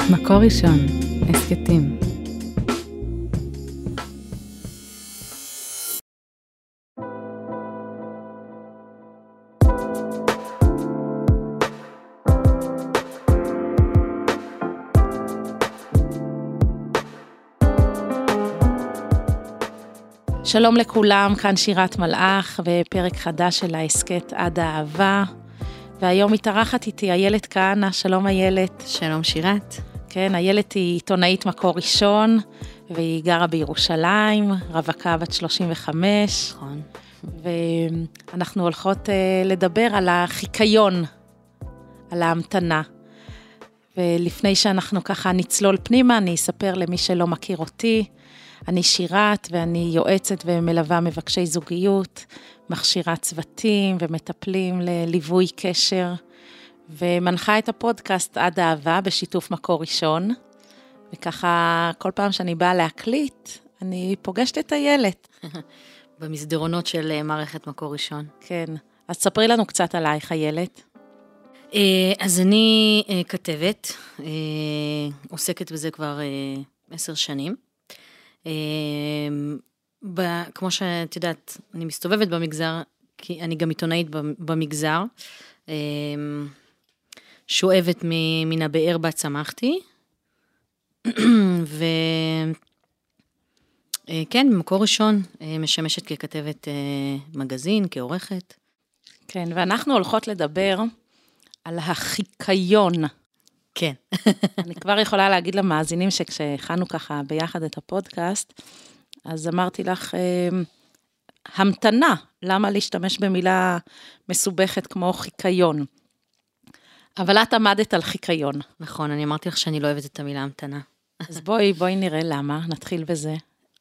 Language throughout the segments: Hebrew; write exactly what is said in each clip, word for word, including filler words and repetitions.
מקור ראשון, הסקטים. שלום לכולם, כאן שירת מלאך בפרק חדש של ההסקט עד האהבה. והיום מתארחת איתי איילת כהנא. שלום איילת. שלום שירת. כן, איילת היא עיתונאית מקור ראשון, והיא גרה בירושלים, רווקה בת שלושים וחמש. נכון. ואנחנו הולכות uh, לדבר על החיקיון, על ההמתנה. ולפני שאנחנו ככה נצלול פנימה, אני אספר למי שלא מכיר אותי. אני שירת ואני יועצת ומלווה מבקשי זוגיות, מכשירה צוותים ומטפלים לליווי קשר, ומנחה את הפודקאסט עד אהבה בשיתוף מקור ראשון, וככה כל פעם שאני באה להקליט, אני פוגשת את איילת. במסדרונות של מערכת מקור ראשון. כן, אז ספרי לנו קצת עלייך איילת. אז אני כתבת, עוסקת בזה כבר עשר שנים. כמו שאת יודעת, אני מסתובבת במגזר, כי אני גם עיתונאית במגזר, שואבת מן הבאר בה צמחתי, וכן, במקור ראשון, משמשת ככתבת מגזין, כעורכת. כן, ואנחנו הולכות לדבר על החיקיון. כן. אני כבר יכולה להגיד למאזינים שכשהכנו ככה ביחד את הפודקאסט, אז אמרתי לך, המתנה, למה להשתמש במילה מסובכת כמו חיקיון? אבל את עמדת על חיקיון. נכון, אני אמרתי לך שאני לא אוהבת את המילה המתנה. אז בואי, בואי נראה למה, נתחיל בזה.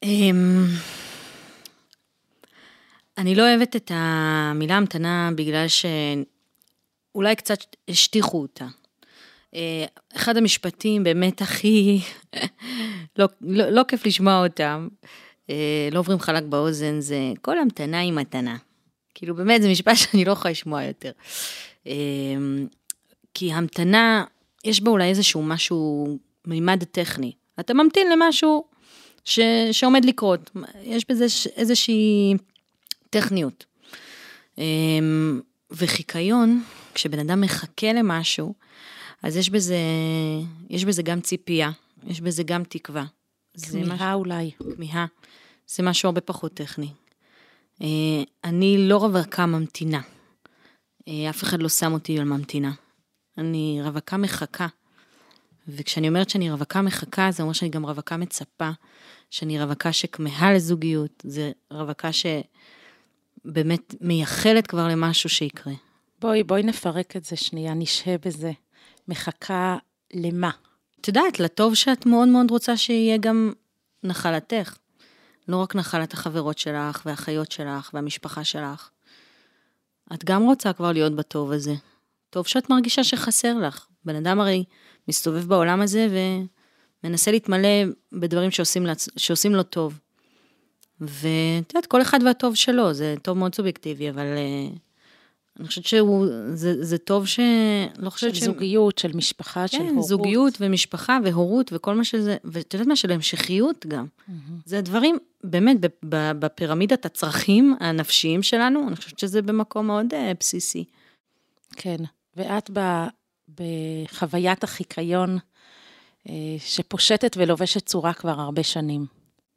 אני לא אוהבת את המילה המתנה בגלל שאולי קצת השטיחו אותה. אחד המשפטים באמת הכי, לא, לא, לא כיף לשמוע אותם, לא עוברים חלק באוזן, זה כל המתנה היא מתנה. כאילו באמת זה משפט שאני לא יכולה לשמוע יותר. כי המתנה, יש בה אולי איזשהו משהו, מימד טכני. אתה ממתין למשהו ש, שעומד לקרות. יש בזה איזושהי טכניות. וחיקיון, כשבן אדם מחכה למשהו, אז יש בזה, יש בזה גם ציפייה, יש בזה גם תקווה. כמיהה אולי. כמיהה. זה משהו הרבה פחות טכני. אני לא רווקה ממתינה. אף אחד לא שם אותי על ממתינה. אני רווקה מחכה. וכשאני אומרת שאני רווקה מחכה, זה אומר שאני גם רווקה מצפה, שאני רווקה שכמיהה לזוגיות, זה רווקה שבאמת מייחלת כבר למשהו שיקרה. בואי, בואי נפרק את זה שנייה, נשהה בזה. מחכה למה? את יודעת, לטוב שאת מאוד מאוד רוצה שיהיה גם נחלתך. לא רק נחלת החברות שלך והאחיות שלך והמשפחה שלך. את גם רוצה כבר להיות בטוב הזה. טוב שאת מרגישה שחסר לך. בן אדם הרי מסתובב בעולם הזה ומנסה להתמלא בדברים שעושים, שעושים לו טוב. ואת יודעת, כל אחד והטוב שלו, זה טוב מאוד סובייקטיבי, אבל אני חושבת שהוא, זה, זה טוב ש... לא חושבת של ש... זוגיות, של משפחה, כן, של הורות. זוגיות ומשפחה והורות וכל מה שזה, ואת יודעת מה, של המשכיות גם. Mm-hmm. זה הדברים, באמת, בפירמידת הצרכים הנפשיים שלנו, אני חושבת שזה במקום מאוד uh, בסיסי. כן, ואת ב, בחוויית החיקיון, uh, שפושטת ולובשת צורה כבר הרבה שנים.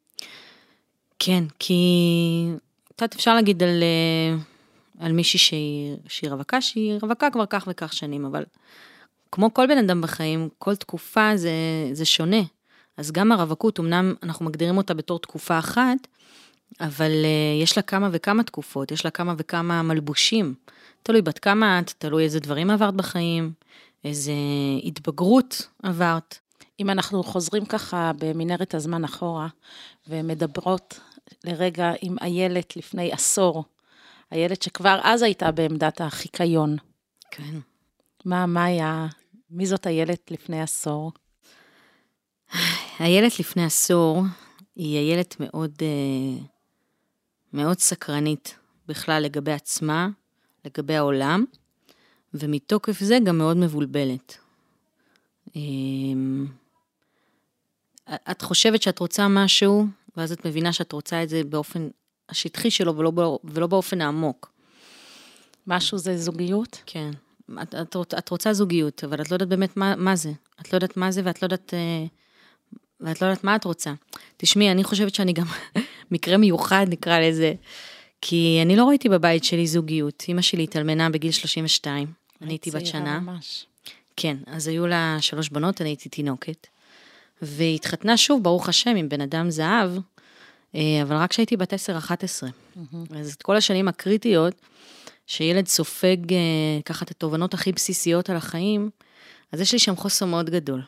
כן, כי... את יודעת, אפשר להגיד על... Uh, על מישהי שהיא, שהיא רווקה, שהיא רווקה כבר כך וכך שנים, אבל כמו כל בן אדם בחיים, כל תקופה זה, זה שונה. אז גם הרווקות, אמנם אנחנו מגדירים אותה בתור תקופה אחת, אבל uh, יש לה כמה וכמה תקופות, יש לה כמה וכמה מלבושים. תלוי בת כמה את, תלוי איזה דברים עברת בחיים, איזה התבגרות עברת. אם אנחנו חוזרים ככה במנהרת הזמן אחורה, ומדברות לרגע עם איילת לפני עשור, הילד שכבר אז הייתה בעמדת החיקיון. כן. מה, מה היה, מי זאת הילד לפני עשור? הילד לפני עשור היא הילד מאוד, מאוד סקרנית בכלל לגבי עצמה, לגבי העולם, ומתוקף זה גם מאוד מבולבלת. את חושבת שאת רוצה משהו, ואז את מבינה שאת רוצה את זה באופן השטחי שלו, ולא, ולא באופן העמוק. משהו זה זוגיות? כן. את, את, את רוצה זוגיות, אבל את לא יודעת באמת מה, מה זה. את לא יודעת מה זה, ואת לא יודעת, ואת לא יודעת מה את רוצה. תשמעי, אני חושבת שאני גם מקרה מיוחד, נקרא לזה, כי אני לא ראיתי בבית שלי זוגיות. אמא שלי התאלמנה בגיל שלושים ושתיים. אני הייתי בת שנה. ממש. כן, אז היו לה שלוש בנות, אני הייתי תינוקת. והתחתנה שוב, ברוך השם, עם בן אדם זהב, אבל רק כשהייתי בת עשר אחת עשרה. אז את כל השנים הקריטיות, שילד סופג ככה את התובנות הכי בסיסיות על החיים, אז יש לי שם חוסר מאוד גדול.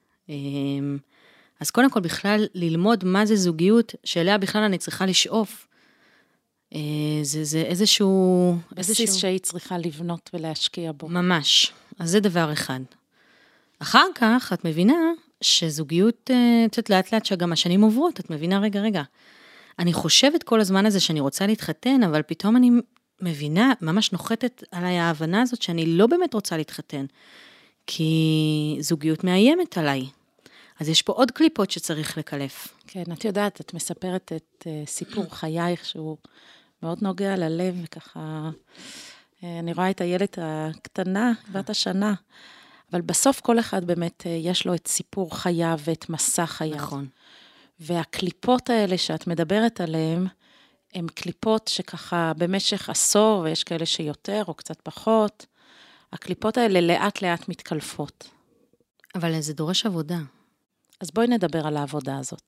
אז קודם כל בכלל ללמוד מה זה זוגיות, שאליה בכלל אני צריכה לשאוף. זה, זה איזשהו... בסיס איזשהו... שהיא צריכה לבנות ולהשקיע בו. ממש. אז זה דבר אחד. אחר כך את מבינה שזוגיות, קצת לאט לאט שגם השנים עוברות, את מבינה רגע רגע. אני חושבת כל הזמן הזה שאני רוצה להתחתן, אבל פתאום אני מבינה, ממש נוחתת עליי ההבנה הזאת שאני לא באמת רוצה להתחתן, כי זוגיות מאיימת עליי. אז יש פה עוד קליפות שצריך לקלף. כן, את יודעת, את מספרת את uh, סיפור חייך, שהוא מאוד נוגע ללב, וככה, uh, אני רואה את הילד הקטנה, בת השנה, אבל בסוף כל אחד באמת uh, יש לו את סיפור חייו ואת מסע חייו. נכון. והקליפות האלה שאת מדברת עליהן, הן קליפות שככה במשך עשור, ויש כאלה שיותר או קצת פחות, הקליפות האלה לאט לאט מתקלפות. אבל זה דורש עבודה. אז בואי נדבר על העבודה הזאת.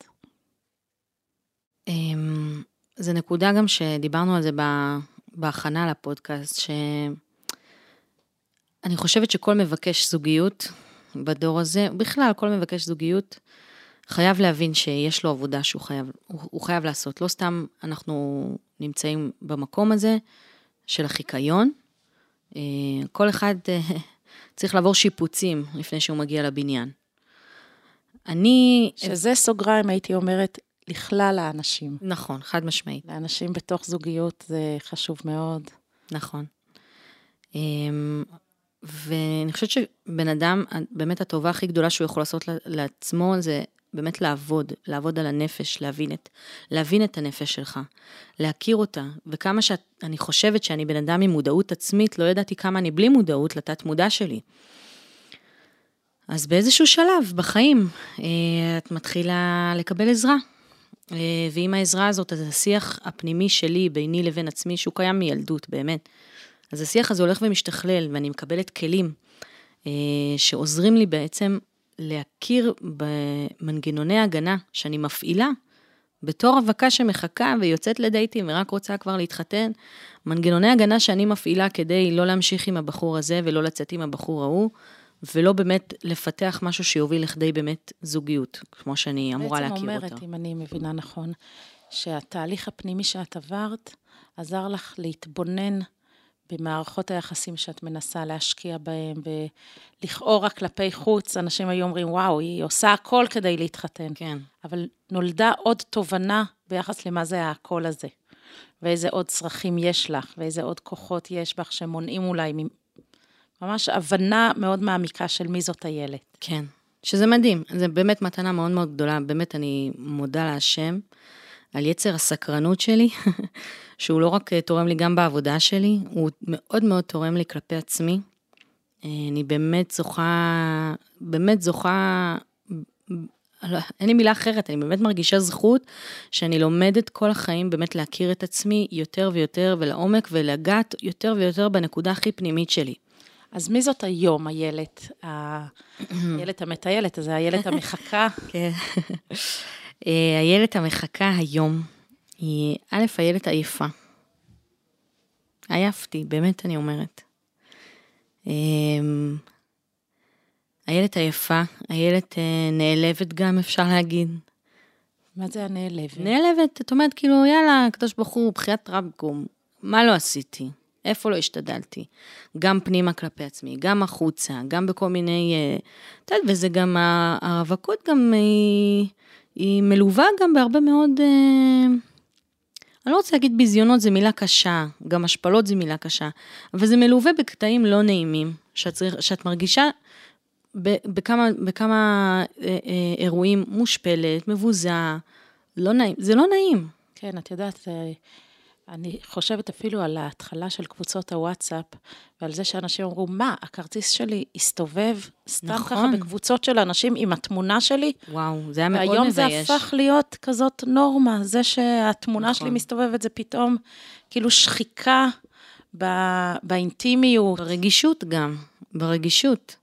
זה נקודה גם שדיברנו על זה בהכנה לפודקאסט, שאני חושבת שכל מבקש זוגיות בדור הזה, בכלל כל מבקש זוגיות, חייב להבין שיש לו עבודה שהוא חייב, הוא חייב לעשות. לא סתם אנחנו נמצאים במקום הזה של החיקיון, כל אחד צריך לעבור שיפוצים לפני שהוא מגיע לבניין. אני... שזה סוגריים, הייתי אומרת, לכלל האנשים. נכון, חד משמעית. לאנשים בתוך זוגיות זה חשוב מאוד. נכון. ואני חושבת שבן אדם, באמת הטובה הכי גדולה שהוא יכול לעשות לעצמו, זה באמת לעבוד, לעבוד על הנפש, להבין את, להבין את הנפש שלך, להכיר אותה, וכמה שאני חושבת שאני בן אדם עם מודעות עצמית, לא ידעתי כמה אני בלי מודעות לתת מודע שלי. אז באיזשהו שלב בחיים, את מתחילה לקבל עזרה, ועם העזרה הזאת, אז השיח הפנימי שלי, ביני לבין עצמי, שהוא קיים מילדות, באמת. אז השיח הזה הולך ומשתכלל, ואני מקבלת כלים, שעוזרים לי בעצם להכיר במנגנוני הגנה, שאני מפעילה, בתור אבקה שמחכה ויוצאת לדייטים, ורק רוצה כבר להתחתן, מנגנוני הגנה שאני מפעילה, כדי לא להמשיך עם הבחור הזה, ולא לצאת עם הבחור ההוא, ולא באמת לפתח משהו שיוביל לכדי באמת זוגיות, כמו שאני אמורה להכיר אותה. בעצם אומרת, אם אני מבינה נכון, שהתהליך הפנימי שאת עברת, עזר לך להתבונן במערכות היחסים שאת מנסה להשקיע בהם, ולכאורה כלפי חוץ, אנשים היו אומרים, וואו, היא עושה הכל כדי להתחתן. כן. אבל נולדה עוד תובנה ביחס למה זה הכל הזה, ואיזה עוד צרכים יש לך, ואיזה עוד כוחות יש בך שמונעים אולי ממש הבנה מאוד מעמיקה של מי זאת הילד. כן, שזה מדהים, זה באמת מתנה מאוד מאוד גדולה, באמת אני מודה להשם, על יצר הסקרנות שלי, שהוא לא רק תורם לי גם בעבודה שלי, הוא מאוד מאוד תורם לי כלפי עצמי, אני באמת זוכה, באמת זוכה, אין לי מילה אחרת, אני באמת מרגישה זכות, שאני לומדת כל החיים באמת להכיר את עצמי יותר ויותר ולעומק, ולגעת יותר ויותר בנקודה הכי פנימית שלי. אז מי זאת היום, הילד? הילד המטיילת, אז הילד המחכה. כן. הילד המחכה היום, היא א', הילד עייפה. עייפתי, באמת אני אומרת. הילד עייפה, הילד נעלבת גם, אפשר להגיד. מה זה הנעלבת? נעלבת, את אומרת כאילו, יאללה, קדוש ברוך הוא, בחיית רבקום, מה לא עשיתי? איפה לא השתדלתי? גם פנימה כלפי עצמי, גם החוצה, גם בכל מיני, אתה יודע, וזה גם, הרווקות גם היא, היא מלווה גם בהרבה מאוד, אני לא רוצה להגיד ביזיונות, זה מילה קשה, גם השפלות זה מילה קשה, אבל זה מלווה בקטעים לא נעימים, שאת, שאת מרגישה בכמה, בכמה אירועים מושפלת, מבוזה, לא נעים, זה לא נעים. כן, את יודעת, אני חושבת אפילו על ההתחלה של קבוצות הוואטסאפ, ועל זה שאנשים אמרו, מה, הכרטיס שלי הסתובב, סתם נכון. ככה בקבוצות של אנשים עם התמונה שלי. וואו, זה היה מאוד מבייש. והיום זה הפך להיות כזאת נורמה, זה שהתמונה נכון. שלי מסתובבת, זה פתאום כאילו שחיקה בא, באינטימיות. ברגישות גם, ברגישות.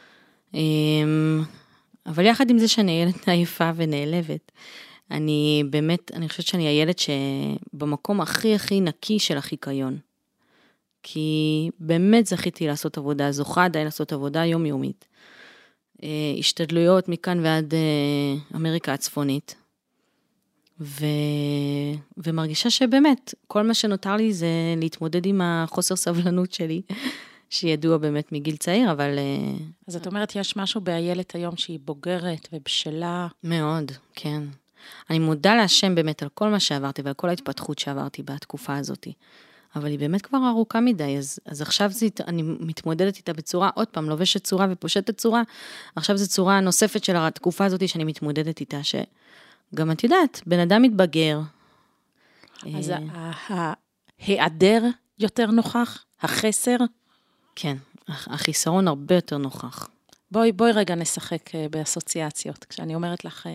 אבל יחד עם זה שאני ילד עייפה ונעלבת, אני באמת, אני חושבת שאני הילד שבמקום הכי הכי נקי של החיקיון. כי באמת זכיתי לעשות עבודה, זוכה עדיין לעשות עבודה יומיומית. השתדלויות מכאן ועד אמריקה הצפונית. ו... ומרגישה שבאמת, כל מה שנותר לי זה להתמודד עם החוסר סבלנות שלי, שידוע באמת מגיל צעיר, אבל... אז את אומרת, יש משהו בילד היום שהיא בוגרת ובשלה? מאוד, כן. אני מודה להשם באמת על כל מה שעברתי ועל כל ההתפתחות שעברתי בתקופה הזאת. אבל היא באמת כבר ארוכה מדי, אז, אז עכשיו זה, אני מתמודדת איתה בצורה, עוד פעם, לובשת צורה ופושטת צורה, עכשיו זו צורה נוספת של התקופה הזאת שאני מתמודדת איתה, שגם את יודעת, בן אדם מתבגר. אז ההיעדר יותר נוכח? החסר? כן, החיסרון הרבה יותר נוכח. בואי, בואי רגע נשחק באסוציאציות, כשאני אומרת לך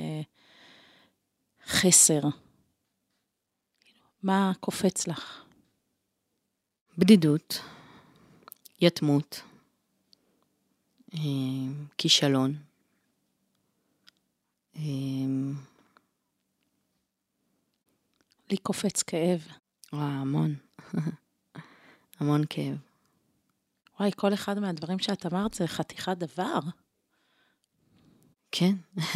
חסר, מה קופץ לך? בדידות, יתמות, כישלון, לי קופץ כאב. וואו, המון, המון כאב. וואי, כל אחד מהדברים שאת אמרת זה חתיכת דבר. כן.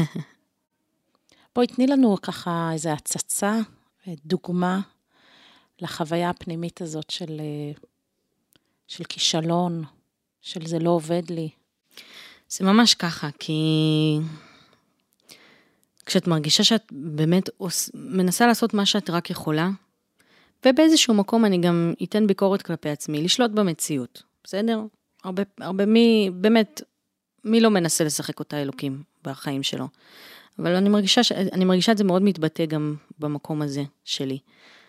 בואי, תני לנו ככה איזו הצצה, דוגמה, לחוויה הפנימית הזאת של, של כישלון, של זה לא עובד לי. זה ממש ככה, כי כשאת מרגישה שאת באמת מנסה לעשות מה שאת רק יכולה, ובאיזשהו מקום אני גם אתן ביקורת כלפי עצמי, לשלוט במציאות, בסדר? הרבה, הרבה מי, באמת, מי לא מנסה לשחק אותה אלוקים בחיים שלו? אבל אני מרגישה, אני מרגישה את זה מאוד מתבטא גם במקום הזה שלי.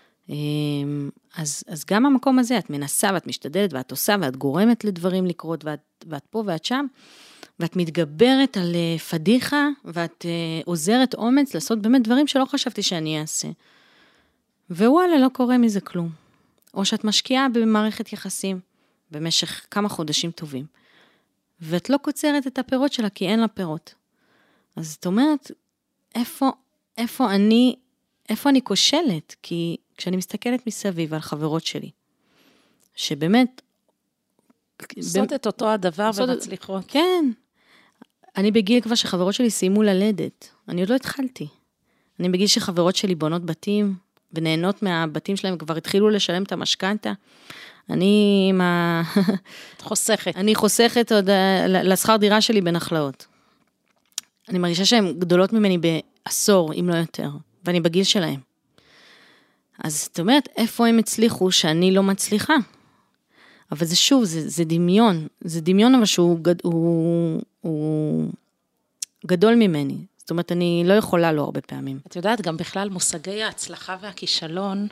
אז, אז גם המקום הזה, את מנסה ואת משתדלת ואת עושה ואת גורמת לדברים לקרות ואת, ואת פה ואת שם, ואת מתגברת על פדיחה ואת עוזרת אומץ לעשות באמת דברים שלא חשבתי שאני אעשה. ווואלה, לא קורה מזה כלום. או שאת משקיעה במערכת יחסים במשך כמה חודשים טובים, ואת לא קוצרת את הפירות שלה כי אין לה פירות. אז זאת אומרת, איפה, איפה אני, איפה אני כושלת? כי כשאני מסתכלת מסביב על חברות שלי, שבאמת... עושות את אותו הדבר ומצליחות. כן. אני בגיל כבר שחברות שלי סיימו ללדת. אני עוד לא התחלתי. אני בגיל שחברות שלי בונות בתים, ונהנות מהבתים שלהם, כבר התחילו לשלם את המשכנתה. אני עם ה... חוסכת. אני חוסכת עוד לשכר דירה שלי בנחלאות. אני מרגישה שהן גדולות ממני בעשור, אם לא יותר, ואני בגיל שלהם. אז זאת אומרת, איפה הם הצליחו שאני לא מצליחה? אבל זה שוב, זה, זה דמיון, זה דמיון אבל שהוא גד, הוא, הוא גדול ממני. זאת אומרת, אני לא יכולה לו הרבה פעמים. את יודעת, גם בכלל מושגי ההצלחה והכישלון,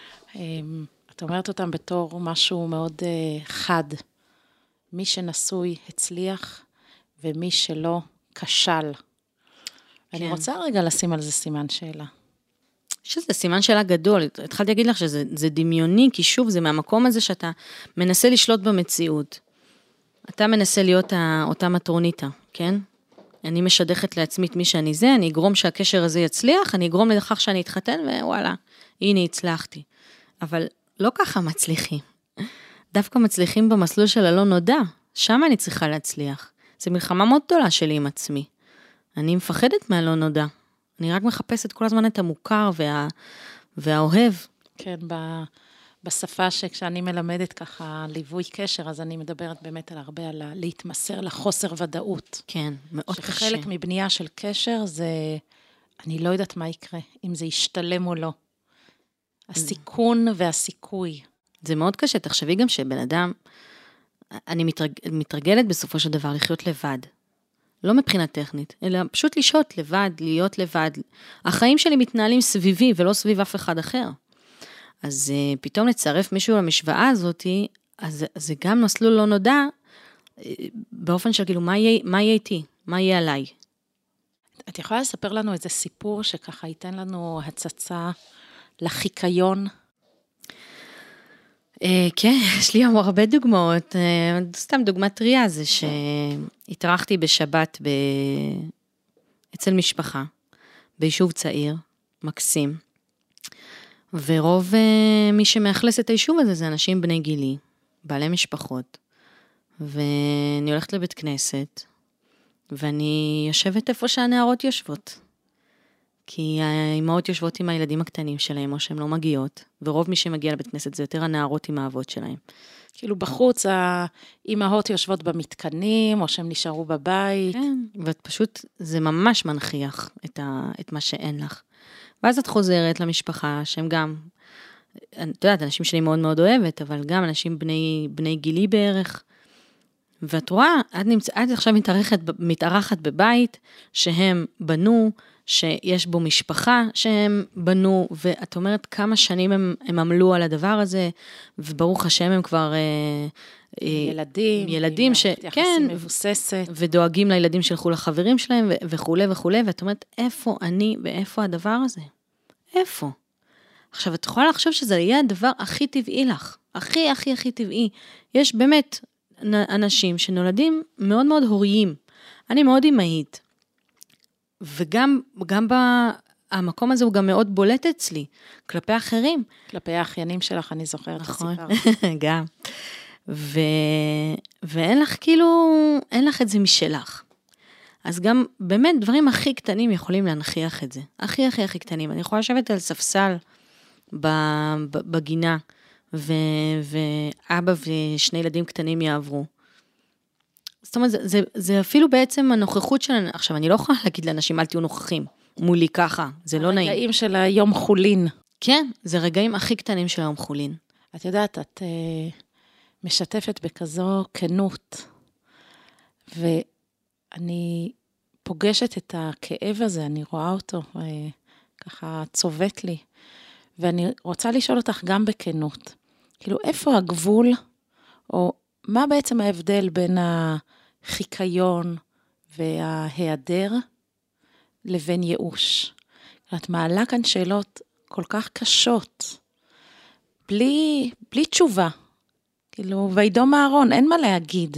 את אומרת אותם בתור משהו מאוד חד. מי שנשוי הצליח, ומי שלא כשל. כן. אני רוצה רגע לשים על זה סימן שאלה. שזה סימן שאלה גדול, התחלתי להגיד לך שזה זה דמיוני, כי שוב זה מהמקום הזה שאתה מנסה לשלוט במציאות. אתה מנסה להיות אותה מטרוניתה, כן? אני משדכת לעצמי את מי שאני זה, אני אגרום שהקשר הזה יצליח, אני אגרום לכך שאני אתחתן, ווואלה, הנה הצלחתי. אבל לא ככה מצליחים. דווקא מצליחים במסלול של הלא נודע, שם אני צריכה להצליח. זו מלחמה מאוד גדולה שלי עם עצמי. אני מפחדת מהלא נודע. אני רק מחפשת כל הזמן את המוכר וה, והאוהב. כן, ב, בשפה שכשאני מלמדת ככה ליווי קשר, אז אני מדברת באמת על הרבה, על להתמסר לחוסר ודאות. כן, מאוד קשה. שחלק מבנייה של קשר זה, אני לא יודעת מה יקרה, אם זה ישתלם או לא. הסיכון והסיכוי. זה מאוד קשה, תחשבי גם שבן אדם, אני מתרג, מתרגלת בסופו של דבר לחיות לבד. לא מבחינה טכנית, אלא פשוט לשהות לבד, להיות לבד. החיים שלי מתנהלים סביבי, ולא סביב אף אחד אחר. אז פתאום לצרף מישהו למשוואה הזאת, אז זה גם מסלול לא נודע, באופן של כאילו, מה יהיה, מה יהיה איתי? מה יהיה עליי? את יכולה לספר לנו איזה סיפור שככה ייתן לנו הצצה לחיקיון? כן, יש לי הרבה דוגמאות. סתם דוגמה טריה זה שהתארחתי בשבת אצל משפחה, ביישוב צעיר, מקסים, ורוב מי שמאכלס את היישוב הזה זה אנשים בני גילי, בעלי משפחות, ואני הולכת לבית כנסת, ואני יושבת איפה שהנערות יושבות, כי האימהות יושבות עם הילדים הקטנים שלהם, או שהן לא מגיעות, ורוב מי שמגיע לבית כנסת זה יותר הנערות עם האבות שלהם. כאילו בחוץ האימהות יושבות במתקנים, או שהן נשארו בבית. כן, ואת פשוט, זה ממש מנחיח את, ה, את מה שאין לך. ואז את חוזרת למשפחה, שהם גם, את יודעת, אנשים שאני מאוד מאוד אוהבת, אבל גם אנשים בני, בני גילי בערך, ואת רואה, את, נמצא, את עכשיו מתארחת, מתארחת בבית, שהם בנו, שיש בו משפחה שהם בנו, ואת אומרת כמה שנים הם, הם עמלו על הדבר הזה, וברוך השם הם כבר ילדים, ילדים ש... כן, מבוססת. ודואגים לילדים שלחו לחברים שלהם, וכו' וכו', ואת אומרת, איפה אני ואיפה הדבר הזה? איפה? עכשיו, את יכולה לחשוב שזה יהיה הדבר הכי טבעי לך, הכי הכי הכי טבעי. יש באמת אנשים שנולדים מאוד מאוד הוריים, אני מאוד אימהית, וגם גם המקום הזה הוא גם מאוד בולט אצלי, כלפי אחרים. כלפי האחיינים שלך, אני זוכרת. נכון, גם. ו... ואין לך כאילו, אין לך את זה משלך. אז גם באמת דברים הכי קטנים יכולים להנחיח את זה. הכי הכי הכי קטנים. אני יכולה לשבת על ספסל בגינה, ו... ואבא ושני ילדים קטנים יעברו. זאת אומרת, זה, זה, זה אפילו בעצם הנוכחות שלנו. עכשיו, אני לא יכולה להגיד לאנשים, אל תהיו נוכחים, מולי ככה, זה לא נעים. הרגעים של היום חולין. כן, זה רגעים הכי קטנים של היום חולין. את יודעת, את uh, משתפת בכזו כנות, ואני פוגשת את הכאב הזה, אני רואה אותו, uh, ככה צובט לי, ואני רוצה לשאול אותך גם בכנות, כאילו, איפה הגבול, או מה בעצם ההבדל בין החיקיון וההיעדר לבין ייאוש? את מעלה כאן שאלות כל כך קשות, בלי, בלי תשובה. כאילו, וידום אהרון, אין מה להגיד.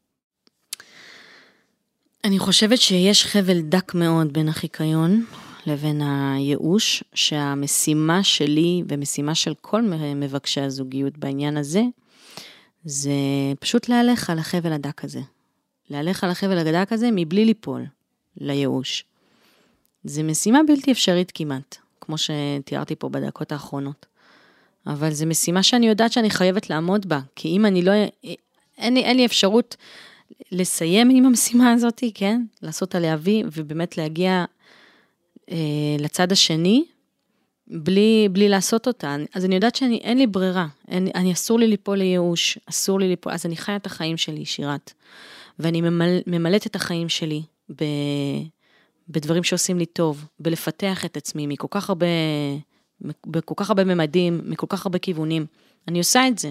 אני חושבת שיש חבל דק מאוד בין החיקיון לבין הייאוש, שהמשימה שלי ומשימה של כל מבקשי הזוגיות בעניין הזה, זה פשוט להלך על החבל הדק הזה. להלך על החבל הדק הזה מבלי ליפול לייאוש. זה משימה בלתי אפשרית כמעט, כמו שתיארתי פה בדקות האחרונות. אבל זה משימה שאני יודעת שאני חייבת לעמוד בה, כי אם אני לא, אין לי, אין לי אפשרות לסיים עם המשימה הזאת, כן? לעשות עליה וי, ובאמת להגיע אה, לצד השני, בלי, בלי לעשות אותה. אז אני יודעת שאני, אין לי ברירה, אין, אני אסור לי ליפול לייאוש, אסור לי ליפול, אז אני חיה את החיים שלי, שירת. ואני ממל, ממלאת את החיים שלי ב, בדברים שעושים לי טוב, בלפתח את עצמי, מכל כך הרבה, בכל כך הרבה ממדים, מכל כך הרבה כיוונים. אני עושה את זה.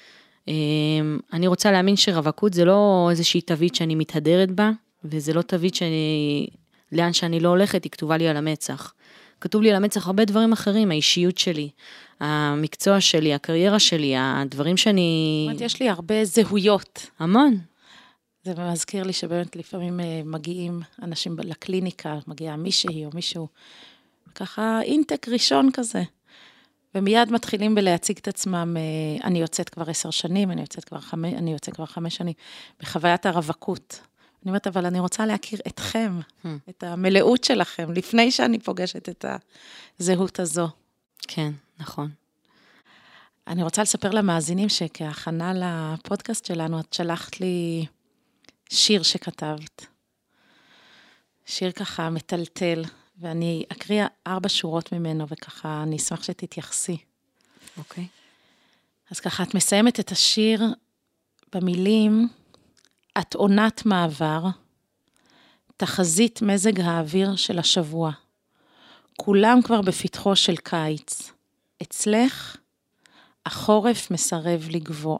אני רוצה להאמין שרווקות זה לא איזושהי תווית שאני מתהדרת בה, וזה לא תווית שאני, לאן שאני לא הולכת, היא כתובה לי על המצח. כתוב לי על המצח הרבה דברים אחרים, האישיות שלי, המקצוע שלי, הקריירה שלי, הדברים שאני... זאת אומרת, יש לי הרבה זהויות. המון. זה מזכיר לי שבאמת לפעמים מגיעים אנשים לקליניקה, מגיעה מישהי או מישהו, ככה אינטק ראשון כזה. ומיד מתחילים בלהציג את עצמם, אני יוצאת כבר עשר שנים, אני יוצאת כבר חמש, אני יוצאת כבר חמש שנים, בחוויית הרווקות. אני אומרת, אבל אני רוצה להכיר אתכם, hmm. את המלאות שלכם, לפני שאני פוגשת את הזהות הזו. כן, נכון. אני רוצה לספר למאזינים שכהכנה לפודקאסט שלנו, את שלחת לי שיר שכתבת. שיר ככה מטלטל, ואני אקריא ארבע שורות ממנו, וככה אני אשמח שתתייחסי. אוקיי. אז ככה, את מסיימת את השיר במילים, את עונת מעבר, תחזית מזג האוויר של השבוע. כולם כבר בפתחו של קיץ. אצלך, החורף מסרב לגבוע.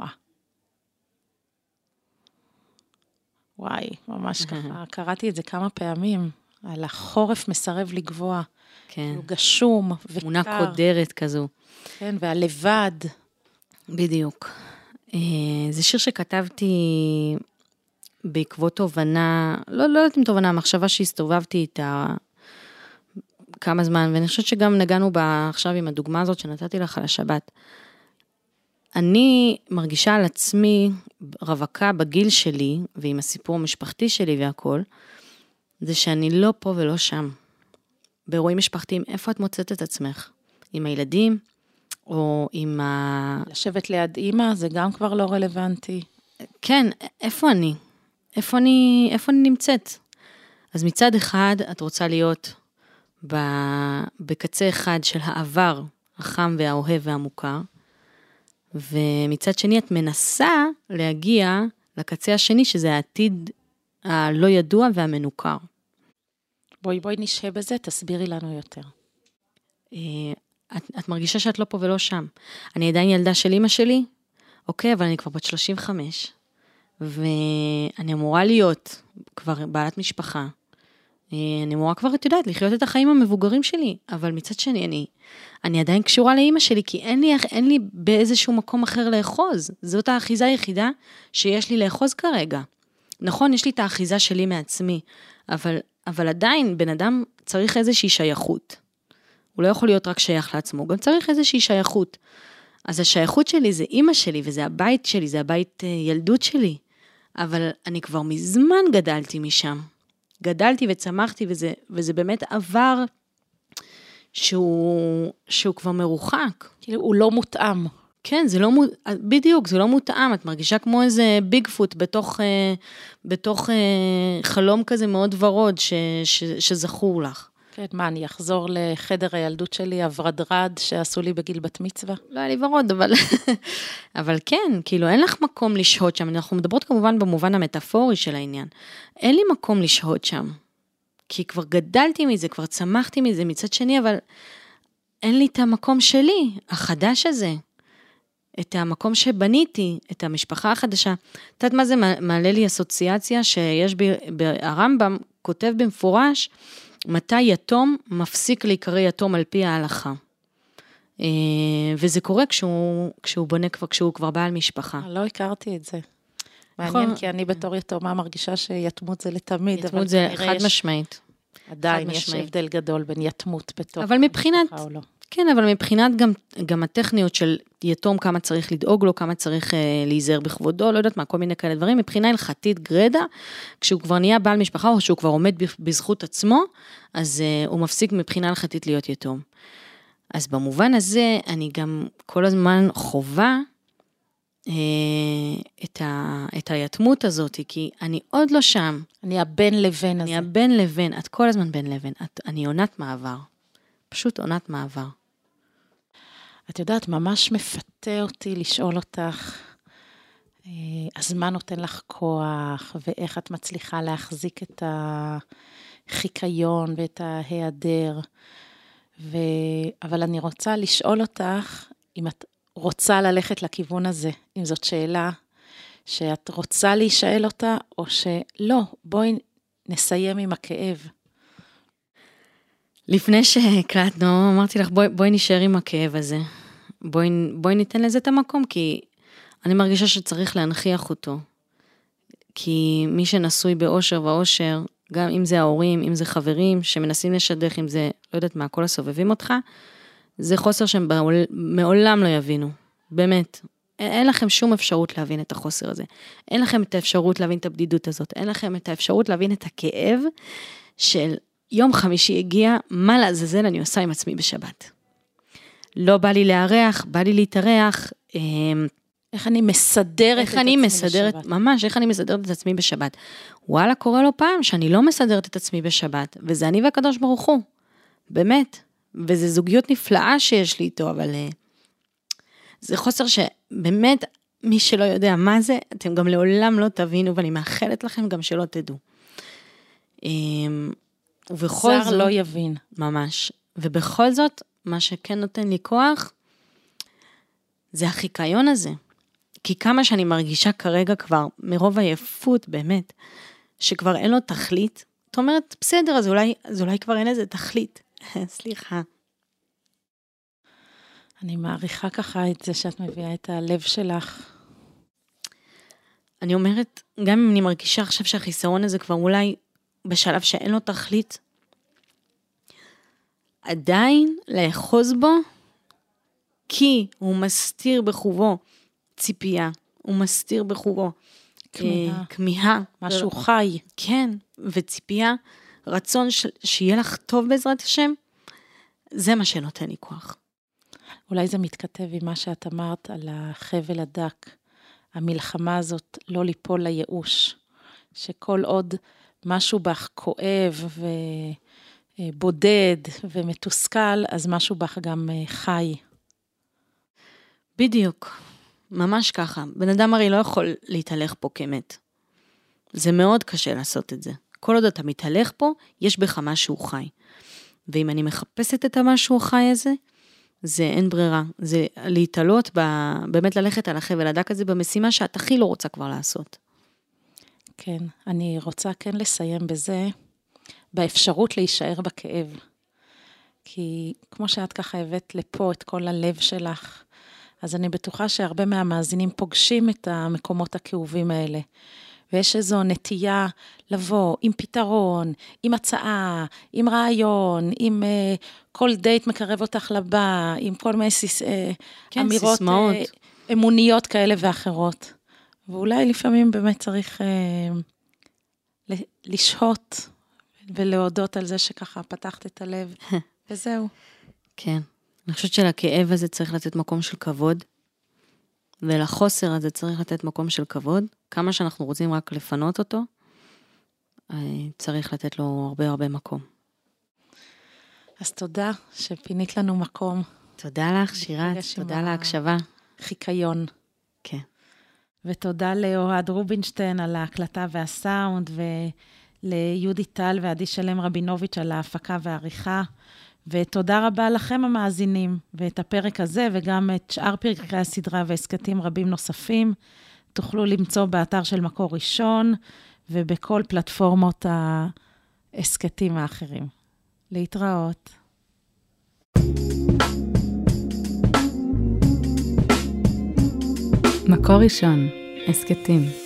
וואי, ממש ככה, קראתי את זה כמה פעמים, על החורף מסרב לגבוע. כן. הוא גשום וקר. תמונה קודרת כזו. כן, והלבד. בדיוק. זה שיר שכתבתי בעקבות תובנה, לא, לא יודעת אם תובנה, מחשבה שהסתובבתי איתה כמה זמן, ואני חושבת שגם נגענו בה עכשיו עם הדוגמה הזאת שנתתי לך על השבת. אני מרגישה על עצמי רווקה בגיל שלי, ועם הסיפור המשפחתי שלי והכל, זה שאני לא פה ולא שם. באירועים משפחתיים, איפה את מוצאת את עצמך? עם הילדים, או עם ה... לשבת ליד אמא, זה גם כבר לא רלוונטי. כן, איפה אני? איפה אני, איפה אני נמצאת? אז מצד אחד, את רוצה להיות ב... בקצה אחד של העבר, החם והאוהב והמוכר, ומצד שני, את מנסה להגיע לקצה השני, שזה העתיד הלא ידוע והמנוכר. בואי, בואי נשהה בזה, תסבירי לנו יותר. את, את מרגישה שאת לא פה ולא שם. אני עדיין ילדה של אמא שלי, אוקיי, אבל אני כבר בת שלושים וחמש, ואני אמורה להיות כבר בעלת משפחה, אני אמורה כבר, את יודעת, לחיות את החיים המבוגרים שלי, אבל מצד שני, אני, אני עדיין קשורה לאמא שלי, כי אין לי, אין לי באיזשהו מקום אחר לאחוז. זאת האחיזה היחידה שיש לי לאחוז כרגע. נכון, יש לי את האחיזה שלי מעצמי, אבל, אבל עדיין בן אדם צריך איזושהי שייכות. הוא לא יכול להיות רק שייך לעצמו, גם צריך איזושהי שייכות. אז השייכות שלי זה אמא שלי, וזה הבית שלי, זה הבית ילדות שלי. אבל אני כבר מזמן גדלתי משם. גדלתי וצמחתי, וזה, וזה באמת עבר שהוא, שהוא כבר מרוחק. כאילו, הוא לא מותאם. כן, זה לא, בדיוק, זה לא מותאם. את מרגישה כמו איזה ביג פוט בתוך, בתוך חלום כזה מאוד ורוד ש, ש, שזכור לך. כן, מה, אני אחזור לחדר הילדות שלי, הוורדרד שעשו לי בגיל בת מצווה? לא היה לי ורוד, אבל, אבל כן, כאילו אין לך מקום לשהות שם, אנחנו מדברות כמובן במובן המטאפורי של העניין, אין לי מקום לשהות שם, כי כבר גדלתי מזה, כבר צמחתי מזה מצד שני, אבל אין לי את המקום שלי, החדש הזה, את המקום שבניתי, את המשפחה החדשה. את יודעת מה זה מעלה לי אסוציאציה, שיש ברמב"ם, כותב במפורש, מתי יתום מפסיק להיקרא יתום על פי ההלכה. וזה קורה כשהוא, כשהוא בונה כבר, כשהוא כבר בעל משפחה. לא הכרתי את זה. מעניין, כי אני בתור יתומה מרגישה שיתמות זה לתמיד. יתמות זה חד משמעית. עדיין יש הבדל גדול בין יתמות בתור אבל מבחינת, כן, אבל מבחינת גם, גם הטכניות של יתום, כמה צריך לדאוג לו, כמה צריך אה, להיזהר בכבודו, לא יודעת מה, כל מיני כאלה דברים, מבחינה הלכתית גרדה, כשהוא כבר נהיה בעל משפחה, או שהוא כבר עומד בזכות עצמו, אז אה, הוא מפסיק מבחינה הלכתית להיות יתום. אז במובן הזה, אני גם כל הזמן חובה אה, את, ה, את היתמות הזאת, כי אני עוד לא שם. אני הבן לבן הזה. אני הבן לבן, את כל הזמן בן לבן, את, אני עונת מעבר. פשוט עונת מעבר. את יודעת, ממש מפתה אותי לשאול אותך, אז מה נותן לך כוח, ואיך את מצליחה להחזיק את החיקיון ואת ההיעדר, ו... אבל אני רוצה לשאול אותך, אם את רוצה ללכת לכיוון הזה, אם זאת שאלה שאת רוצה להישאל אותה, או שלא, בואי נסיים עם הכאב. לפני שהקלטנו, אמרתי לך, בואי, בואי נשאר עם הכאב הזה. בואי, בואי ניתן לזה את המקום, כי אני מרגישה שצריך להנחיח אותו. כי מי שנשוי באושר ואושר, גם אם זה ההורים, אם זה חברים, שמנסים לשדך, אם זה, לא יודעת מה, כל הסובבים אותך, זה חוסר שהם מעולם לא יבינו. באמת. אין לכם שום אפשרות להבין את החוסר הזה. אין לכם את האפשרות להבין את הבדידות הזאת. אין לכם את האפשרות להבין את הכאב של יום חמישי הגיע, מה לעזאזל אני עושה עם עצמי בשבת. לא בא לי להריח, בא לי להתארח. איך אני מסדרת איך אני מסדרת, בשבת. ממש, איך אני מסדרת את עצמי בשבת. וואלה, קורה לו פעם שאני לא מסדרת את עצמי בשבת, וזה אני והקדוש ברוך הוא. באמת. וזה זוגיות נפלאה שיש לי איתו, אבל זה חוסר שבאמת, מי שלא יודע מה זה, אתם גם לעולם לא תבינו, ואני מאחלת לכם גם שלא תדעו. ובכל זר זאת... לא יבין. ממש. ובכל זאת, מה שכן נותן לי כוח, זה החיקיון הזה. כי כמה שאני מרגישה כרגע כבר, מרוב עייפות באמת, שכבר אין לו תכלית, זאת אומרת, בסדר, אז אולי, אז אולי כבר אין לזה תכלית. סליחה. אני מעריכה ככה את זה שאת מביאה את הלב שלך. אני אומרת, גם אם אני מרגישה עכשיו שהחיסרון הזה כבר אולי בשלב שאין לו תכלית, עדיין לאחוז בו, כי הוא מסתיר בחובו ציפייה, הוא מסתיר בחובו כמיהה. כמיהה. משהו חי. כן, וציפייה, רצון ש... שיהיה לך טוב בעזרת השם, זה מה שנותן לי כוח. אולי זה מתכתב עם מה שאת אמרת על החבל הדק, המלחמה הזאת לא ליפול לייאוש, שכל עוד משהו בך כואב ובודד ומתוסכל, אז משהו בך גם חי. בדיוק, ממש ככה. בן אדם הרי לא יכול להתהלך פה כמת. זה מאוד קשה לעשות את זה. כל עוד אתה מתהלך פה, יש בך משהו חי. ואם אני מחפשת את המשהו החי הזה, זה אין ברירה. זה להתעלות, ב... באמת ללכת על החבל הדק הזה במשימה שאת הכי לא רוצה כבר לעשות. כן, אני רוצה כן לסיים בזה, באפשרות להישאר בכאב. כי כמו שאת ככה הבאת לפה את כל הלב שלך, אז אני בטוחה שהרבה מהמאזינים פוגשים את המקומות הכאובים האלה. ויש איזו נטייה לבוא עם פתרון, עם הצעה, עם רעיון, עם uh, כל דייט מקרב אותך לבא, עם כל מיני סיס, uh, כן, אמירות סיסמאות. uh, אמוניות כאלה ואחרות. ואולי לפעמים באמת צריך uh, לשהות ולהודות על זה שככה פתחת את הלב, וזהו. כן, אני חושבת שלכאב הזה צריך לתת מקום של כבוד, ולחוסר הזה צריך לתת מקום של כבוד, כמה שאנחנו רוצים רק לפנות אותו, צריך לתת לו הרבה הרבה מקום. אז תודה שפינית לנו מקום. תודה לך שירת, תודה להקשבה. חיקיון. כן. ותודה לאוהד רובינשטיין על ההקלטה והסאונד, וליהודי טל ועדי שלם רבינוביץ' על ההפקה והעריכה, ותודה רבה לכם המאזינים, ואת הפרק הזה וגם את שאר פרקי הסדרה והסקטים רבים נוספים, תוכלו למצוא באתר של מקור ראשון, ובכל פלטפורמות ההסקטים האחרים. להתראות. מקור ראשון, הסקטים.